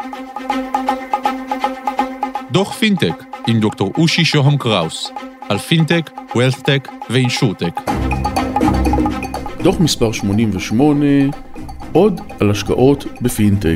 דוח פינטק עם דוקטור אושי שוהם קראוס על פינטק, ווילת'טק ואינשורטק. דוח מספר 88, עוד על השקעות בפינטק.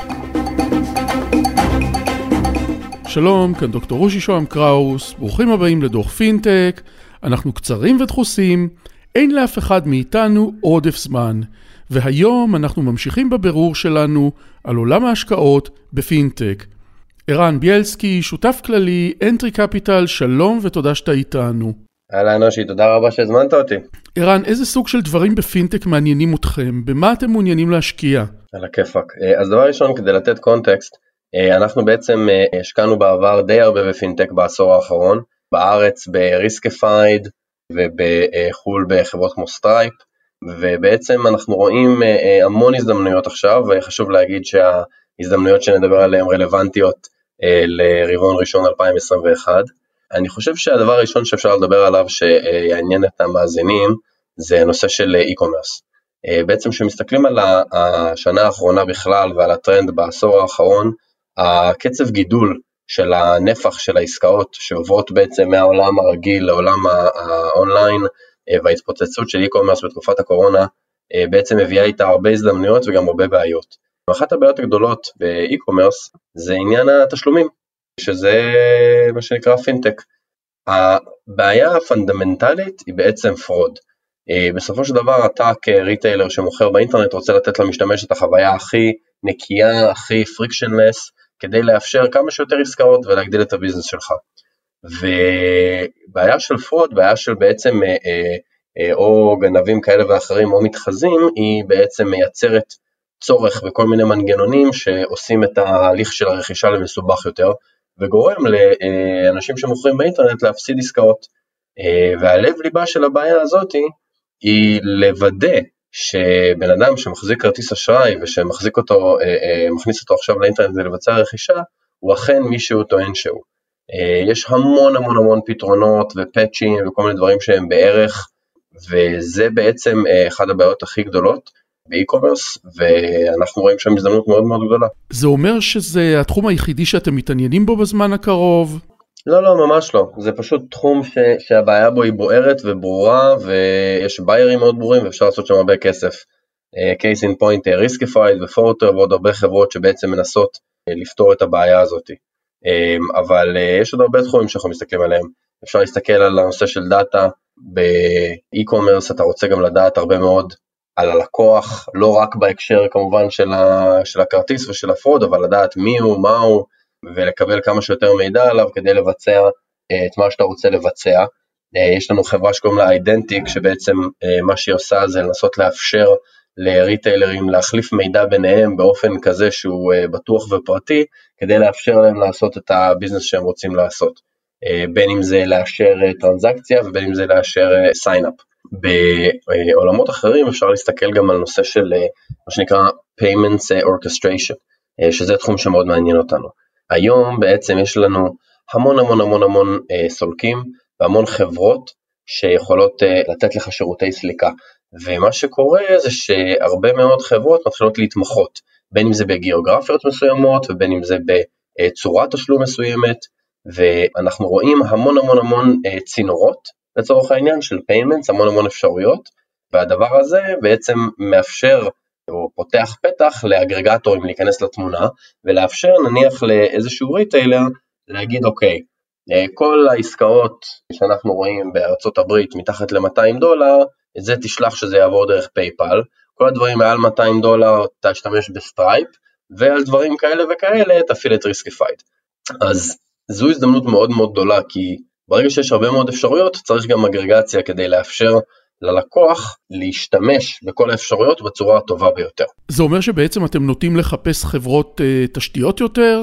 שלום, כאן דוקטור אושי שוהם קראוס, ברוכים הבאים לדוח פינטק. אנחנו קצרים ודחוסים, אין לאף אחד מאיתנו עודף זמן, והיום אנחנו ממשיכים בבירור שלנו על עולם ההשקעות בפינטק. ערן ביאלסקי, שותף כללי, אנטרי קפיטל, שלום ותודה שאתה איתנו. אהלן אושי, תודה רבה שהזמנת אותי. ערן, איזה סוג של דברים בפינטק מעניינים אתכם? במה אתם מעוניינים להשקיע? על הכיפק. אז דבר ראשון, כדי לתת קונטקסט, אנחנו בעצם השקענו בעבר די הרבה בפינטק בעשור האחרון, בארץ בריסקיפייד ובחול בחברות כמו סטרייפ, ובעצם אנחנו רואים המון הזדמנויות עכשיו, וחשוב להגיד שההזדמנויות שנדבר עליהן רלוונטיות לרבעון ראשון 2021. אני חושב שהדבר הראשון שאפשר לדבר עליו שיעניין את המאזינים, זה נושא של e-commerce. בעצם שמסתכלים על השנה האחרונה בכלל ועל הטרנד בעשור האחרון, הקצב גידול של הנפח של העסקאות שעוברות בעצם מהעולם הרגיל לעולם האונליין, וההתפוצצות של e-commerce בתקופת הקורונה בעצם מביאה איתה הרבה הזדמנויות וגם הרבה בעיות. אחת הבעיות הגדולות ב-e-commerce זה עניין התשלומים, שזה מה שנקרא פינטק. הבעיה הפונדמנטלית היא בעצם פרוד. בסופו של דבר אתה כריטיילר שמוכר באינטרנט רוצה לתת למשתמש את החוויה הכי נקייה, הכי פריקשנלס, כדי לאפשר כמה שיותר עסקאות ולהגדיל את הביזנס שלך. ובעיה של פרוד, בעיה של בעצם או גנבים כאלה ואחרים או מתחזים, היא בעצם מייצרת צורך בכל מיני מנגנונים שעושים את ההליך של הרכישה למסובך יותר, וגורם לאנשים שמוכרים באינטרנט להפסיד עסקאות. והלב ליבה של הבעיה הזאת היא לוודא שבן אדם שמחזיק כרטיס אשראי ושמחזיק אותו, מכניס אותו עכשיו לאינטרנט ולבצע רכישה, הוא אכן מי שהוא טוען שהוא. יש המון המון המון פתרונות ופאצ'ים וכל מיני דברים שהם בערך, וזה בעצם אחד הבעיות הכי גדולות באי-קומרס, ואנחנו רואים שם הזדמנות מאוד מאוד גדולה. זה אומר שזה התחום היחידי שאתם מתעניינים בו בזמן הקרוב? לא, ממש לא. זה פשוט תחום שהבעיה בו היא בוערת וברורה, ויש ביירים מאוד ברורים, ואפשר לעשות שם הרבה כסף. Case in point, Riskified ופורטר, ועוד הרבה חברות שבעצם מנסות לפתור את הבעיה הזאת. אבל יש עוד הרבה תחומים שאנחנו מסתכלים עליהם. אפשר להסתכל על הנושא של דאטה, באי-קומרס אתה רוצה גם לדעת הרבה מאוד על הלקוח, לא רק בהקשר כמובן של הכרטיס ושל הפרוד, אבל לדעת מי הוא, מה הוא, ולקבל כמה שיותר מידע עליו כדי לבצע את מה שאתה רוצה לבצע. יש לנו חברה שקוראים לה אידנטיק, שבעצם מה שהיא עושה זה לנסות לאפשר לריטיילרים להחליף מידע ביניהם באופן כזה שהוא בטוח ופרטי, כדי לאפשר להם לעשות את הביזנס שהם רוצים לעשות. בין אם זה לאשר טרנזקציה ובין אם זה לאשר סיינאפ. בעולמות אחרים אפשר להסתכל גם על נושא של מה שנקרא Payments Orchestration, שזה תחום שמאוד מעניין אותנו. היום בעצם יש לנו המון המון המון המון סולקים והמון חברות שיכולות לתת לך שירותי סליקה, ומה שקורה זה שהרבה מאוד חברות מתחילות להתמחות, בין אם זה בגיאוגרפיות מסוימות ובין אם זה בצורת תשלום מסוימת, ואנחנו רואים המון המון המון צינורות לצורך העניין של payments, המון המון אפשרויות, והדבר הזה בעצם מאפשר או פותח פתח לאגרגטורים להיכנס לתמונה, ולאפשר נניח לאיזשהו ריטיילר להגיד אוקיי, כל העסקאות שאנחנו רואים בארצות הברית מתחת ל$200, את זה תשלח שזה יעבור דרך פייפל, כל הדברים מעל $200 תשתמש בסטרייפ, ועל דברים כאלה וכאלה תפעיל את ריסקיפייד. אז זו הזדמנות מאוד מאוד גדולה, כי ברגע שיש הרבה מאוד אפשרויות, צריך גם אגרגציה כדי לאפשר ללקוח להשתמש בכל האפשרויות בצורה הטובה ביותר. זה אומר שבעצם אתם נוטים לחפש חברות תשתיות יותר?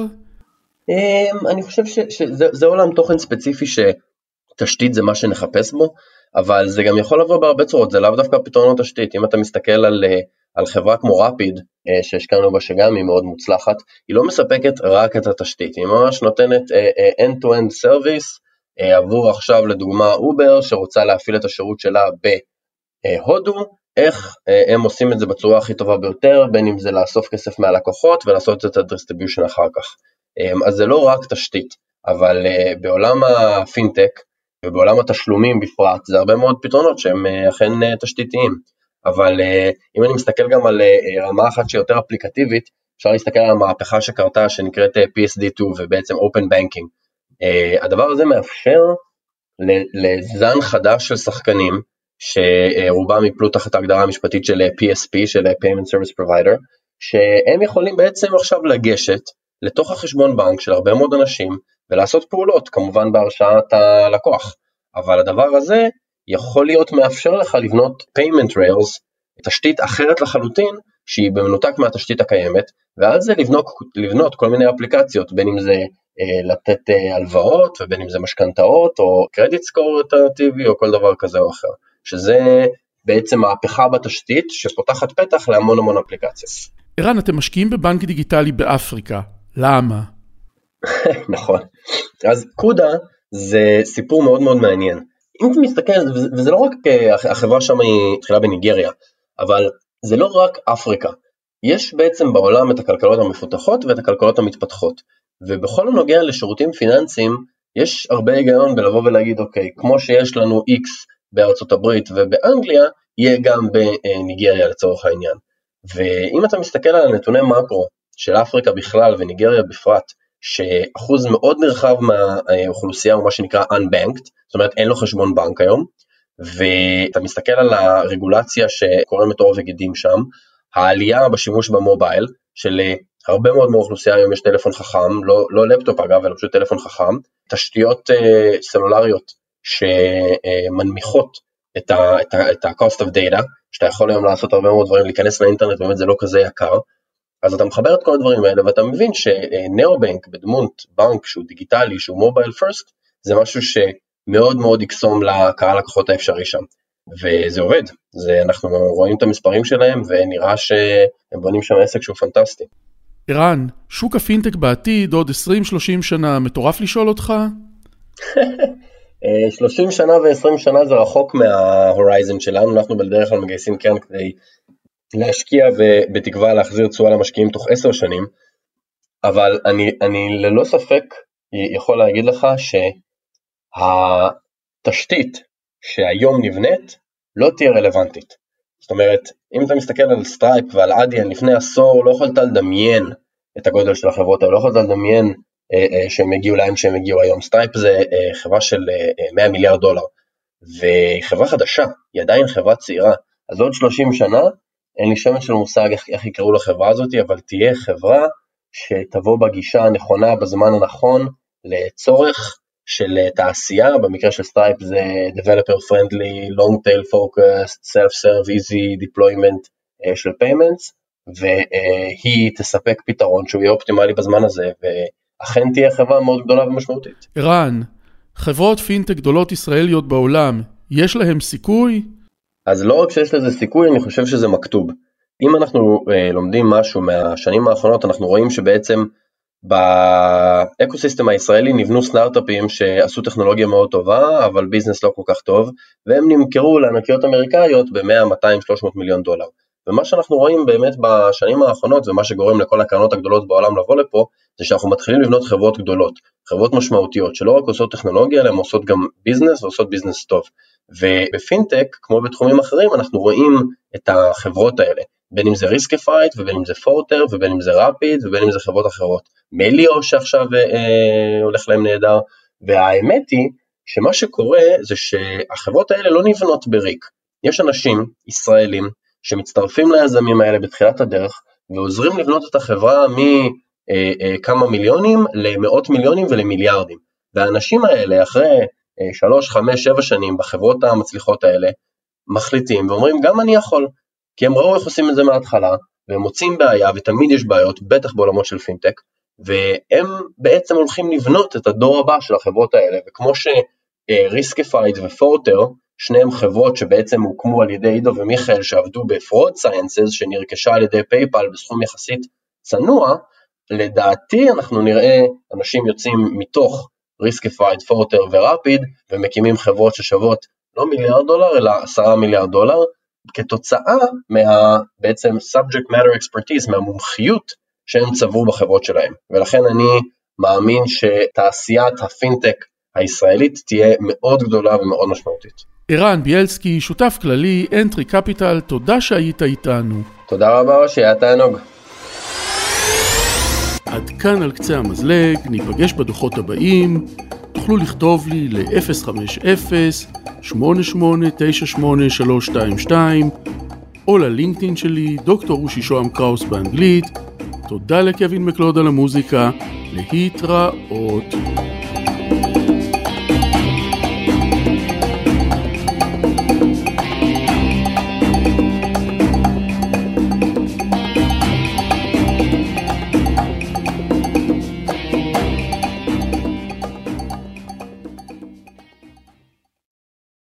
אני חושב שזה עולם תוכן ספציפי שתשתית זה מה שנחפש בו, אבל זה גם יכול לבוא בהרבה צורות, זה לאו דווקא פתרונות תשתית. אם אתה מסתכל על חברה כמו רפיד, שהשקענו בה שגם היא מאוד מוצלחת, היא לא מספקת רק את התשתית, היא ממש נותנת end-to-end service, עבור עכשיו לדוגמה אובר שרוצה להפעיל את השירות שלה בהודו, איך הם עושים את זה בצורה הכי טובה ביותר, בין אם זה לאסוף כסף מהלקוחות ולעשות את הדיסטריביושן אחר כך. אז זה לא רק תשתית, אבל בעולם הפינטק ובעולם התשלומים בפרט, זה הרבה מאוד פתרונות שהם אכן תשתיתיים. אבל אם אני מסתכל גם על רמה אחת שיותר אפליקטיבית, אפשר להסתכל על המהפכה שקרתה שנקראת PSD2 ובעצם Open Banking. הדבר הזה מאפשר לזן חדש של שחקנים, שרובם יפלו תחת ההגדרה המשפטית של PSP, של Payment Service Provider, שהם יכולים בעצם עכשיו לגשת לתוך החשבון בנק של הרבה מאוד אנשים, ולעשות פעולות, כמובן בהרשאת הלקוח. אבל הדבר הזה יכול להיות מאפשר לך לבנות Payment Rails, תשתית אחרת לחלוטין, שהיא במנותק מהתשתית הקיימת, ועל זה לבנות כל מיני אפליקציות, בין אם זה לתת הלוואות, ובין אם זה משכנתאות, או קרדיט סקור אלטרנטיבי, או כל דבר כזה או אחר. שזה בעצם מהפכה בתשתית, שפותחת פתח להמון המון אפליקציות. ערן, אתם משקיעים בבנק דיגיטלי באפריקה. למה? נכון. אז קודה זה סיפור מאוד מאוד מעניין. אם אתה מסתכל, וזה לא רק החברה שם היא התחילה בניגריה, אבל זה לא רק אפריקה. יש בעצם בעולם את הכלכלות המפותחות ואת הכלכלות המתפתחות. ובכל הנוגע לשירותים פיננסיים, יש הרבה היגיון בלבוא ולהגיד, אוקיי, כמו שיש לנו X בארצות הברית ובאנגליה, יהיה גם בניגריה לצורך העניין. ואם אתה מסתכל על נתוני מקרו של אפריקה בכלל וניגריה בפרט, שאחוז מאוד נרחב מהאוכלוסייה הוא מה שנקרא unbanked, זאת אומרת אין לו חשבון בנק היום, ואתה מסתכל על הרגולציה שקורמת עור וגידים שם, העלייה בשימוש במובייל, של הרבה מאוד מהאוכלוסייה היום יש טלפון חכם, לא לפטופ אגב, אלא פשוט טלפון חכם, תשתיות סלולריות שמנמיכות את ה-cost of data, שאתה יכול היום לעשות הרבה מאוד דברים, להיכנס לאינטרנט, באמת זה לא כזה יקר, אז אתה מחבר את כל הדברים האלה, ואתה מבין שנאובנק בדמות בנק שהוא דיגיטלי, שהוא מובייל פרסט, זה משהו שמאוד מאוד יקסום לקהל לקוחות האפשרי שם, וזה עובד, אנחנו רואים את המספרים שלהם, ונראה שהם בונים שם עסק שהוא פנטסטי. ערן, שוק הפינטק בעתיד, עוד 20-30 שנה, מטורף לשאול אותך? 30 שנה ו-20 שנה זה רחוק מההורייזן שלנו, אנחנו בדרך כלל מגייסים קרן כדי להשקיע ובתקווה להחזיר תשואה למשקיעים תוך 10 שנים, אבל אני ללא ספק יכול להגיד לך שהתשתית שהיום נבנית לא תהיה רלוונטית. זאת אומרת, אם אתה מסתכל על סטרייפ ועל אדיאן לפני עשור, לא יכולת לדמיין את הגודל של החברות, לא יכולת לדמיין שהם הגיעו לאן שהם הגיעו היום. סטרייפ זה חברה של $100 מיליארד, וחברה חדשה, היא עדיין חברה צעירה, אז עוד 30 שנה, אין לי שמץ של מושג איך יקראו לחברה הזאת, אבל תהיה חברה שתבוא בגישה הנכונה בזמן הנכון, לצורך של תעשייה, במקרה של סטרייפ זה developer friendly, long tail focused, self-serve, easy deployment של payments, והיא תספק פתרון שהוא יהיה אופטימלי בזמן הזה, ואכן תהיה חברה מאוד גדולה ומשמעותית. ערן, חברות פינטק גדולות ישראליות בעולם, יש להם סיכוי? אז לא רק שיש לזה סיכוי, אני חושב שזה מכתוב. אם אנחנו לומדים משהו מהשנים האחרונות, אנחנו רואים שבעצם באקוסיסטם הישראלי נבנו סטארט-אפים שעשו טכנולוגיה מאוד טובה, אבל ביזנס לא כל כך טוב, והם נמכרו לענקיות אמריקאיות ב-100, 200, 300 מיליון דולר. ומה שאנחנו רואים באמת בשנים האחרונות, ומה שגורם לכל הקרנות הגדולות בעולם לבוא לפה, זה שאנחנו מתחילים לבנות חברות גדולות, חברות משמעותיות, שלא רק עושות טכנולוגיה, אלא עושות גם ביזנס, ועושות ביזנס טוב. ובפינטק, כמו בתחומים אחרים, אנחנו רואים את החברות האלה, בין אם זה ריסקיפייד, ובין אם זה פורטר, ובין אם זה רפיד, ובין אם זה חברות אחרות. מליו שעכשיו הולך להם נהדר, והאמת היא שמה שקורה זה שהחברות האלה לא נבנות בריק. יש אנשים ישראלים שמצטרפים ליזמים האלה בתחילת הדרך, ועוזרים לבנות את החברה מכמה מיליונים למאות מיליונים ולמיליארדים. והאנשים האלה אחרי 3, 5, 7 שנים בחברות המצליחות האלה, מחליטים ואומרים גם אני יכול, כי הם ראו איך עושים את זה מההתחלה, והם מוצאים בעיה ותמיד יש בעיות, בטח בעולמות של פינטק, והם בעצם הולכים לבנות את הדור הבא של החברות האלה, וכמו שריסקיפייד ופורטר, שניהם חברות שבעצם הוקמו על ידי עידו ומיכאל שעבדו בפרוד סיינסס, שנרכשה על ידי פייפל בסכום יחסית צנוע, לדעתי אנחנו נראה אנשים יוצאים מתוך ריסקיפייד, פורטר ורפיד, ומקימים חברות ששוות לא $1 מיליארד, אלא $10 מיליארד, כתוצאה בעצם subject matter expertise, מהמומחיות שהם צברו בחברות שלהם. ולכן אני מאמין שתעשיית הפינטק הישראלית תהיה מאוד גדולה ומאוד משמעותית. ערן ביאלסקי, שותף כללי, Entry Capital, תודה שהיית איתנו. תודה רבה, שהיה תענוג. עד כאן על קצה המזלג, ניפגש בדוחות הבאים, תוכלו לכתוב לי ל-050-8898-322 או ללינקדאין שלי, דוקטור רושי שוהם קראוס באנגלית. תודה לקווין מקלוד על המוזיקה, להתראות.